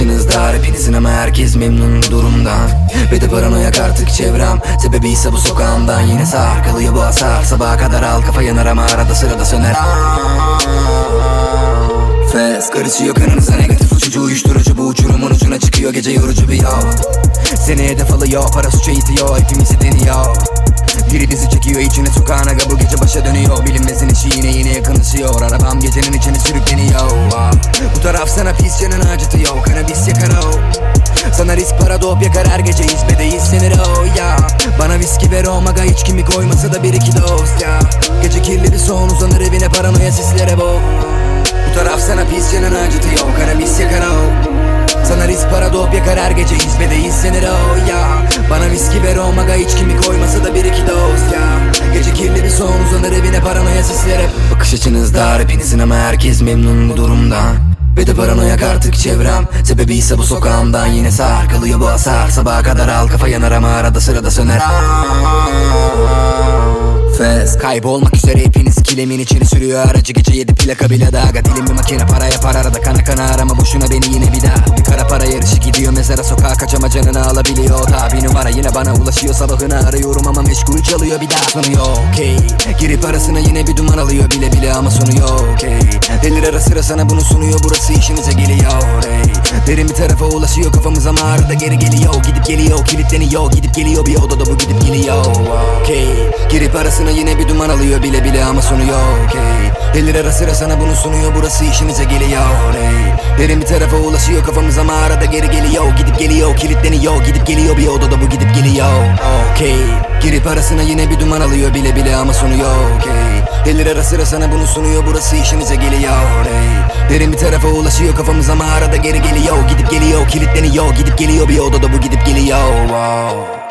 içinizde hepinizin ama herkes memnun bu durumdan. Ve de paranoyak artık çevrem, sebebi ise bu sokağımdan. Yine sağır kalıyor bu hasar, sabaha kadar al kafa yanar ama arada sırada söner. Fes karışıyor kanınıza negatif uçucu uyuşturucu, bu uçurumun ucuna çıkıyor gece yorucu bir yol. Seni hedef alıyor, para suça itiyor, hepimizi deniyor. Biri bizi çekiyor içine sokağın aga, bu gece başa dönüyor. Bilinmezin işi yine yakınlaşıyor, arabam gecenin içine sürükleniyor. Bu taraf sana pis canını acıtıyor, kanabis yakar o. Sana risk para dop yakar, her gece hizmedeyiz senir o ya. Bana viski ver o maga, hiç kimi koymasa da bir iki dost ya. Gece kirli bir son uzanır evine, paranoya sislere boğ. Bu taraf sana pis canını acıtıyor, kanabis yakar o. Sana risk para dop yakar, her gece hizmedeyiz senir o ya. Bana viski ver o maga, hiç kimi koymasa da bir iki dost ya. Gece kirli bir son uzanır evine, paranoya sislere. Bakış açınızda hepinizin ama herkes memnun bu durumdan. Ve de paranoyak artık çevrem, sebebi ise bu sokağımdan. Yine sağır kalıyor bu hasar, sabaha kadar al kafa yanar ama arada sırada söner. Fes kaybolmak üzere hepiniz, kilemin içini sürüyor aracı, gece 7 plaka bile daga. Dilim bir makine, para yapar arada kana kana, arama boşuna beni yine bir daha. Bir kara para yarışı gidiyor mezara, sokağa kaçama canını alabiliyor. O da bir numara yine bana ulaşıyor, sabahını arıyorum ama meşgul çalıyor bir daha. Sonu yok okay, girip arasına yine bir duman alıyor bile bile ama sonu yok okay. Delir ara sıra sana bunu sunuyor, burası işinize geliyor hey. Derin bir tarafa ulaşıyor kafamız ama arada geri geliyor. Gidip geliyor kilitleniyor, gidip geliyor bir odada bu gidip geliyor okay. Girip arasına yine bir duman alıyor bile bile ama sonu yok hey. Delir ara sıra sana bunu sunuyor, burası işinize geliyor hey. Derin bir tarafa ulaşıyor kafamız ama arada geri geliyor. Gidip geliyor kilitleniyor, gidip geliyor bir odada bu gidip geliyor okay. Girip arasına yine bir duman alıyor bile bile ama sonu yok hey. Delir ara sıra sana bunu sunuyor, burası işinize geliyor hey. Derin bir tarafa ulaşıyor kafamız ama arada geri geliyor. Gidip geliyor kilitleniyor, gidip geliyor bir odada bu gidip geliyor.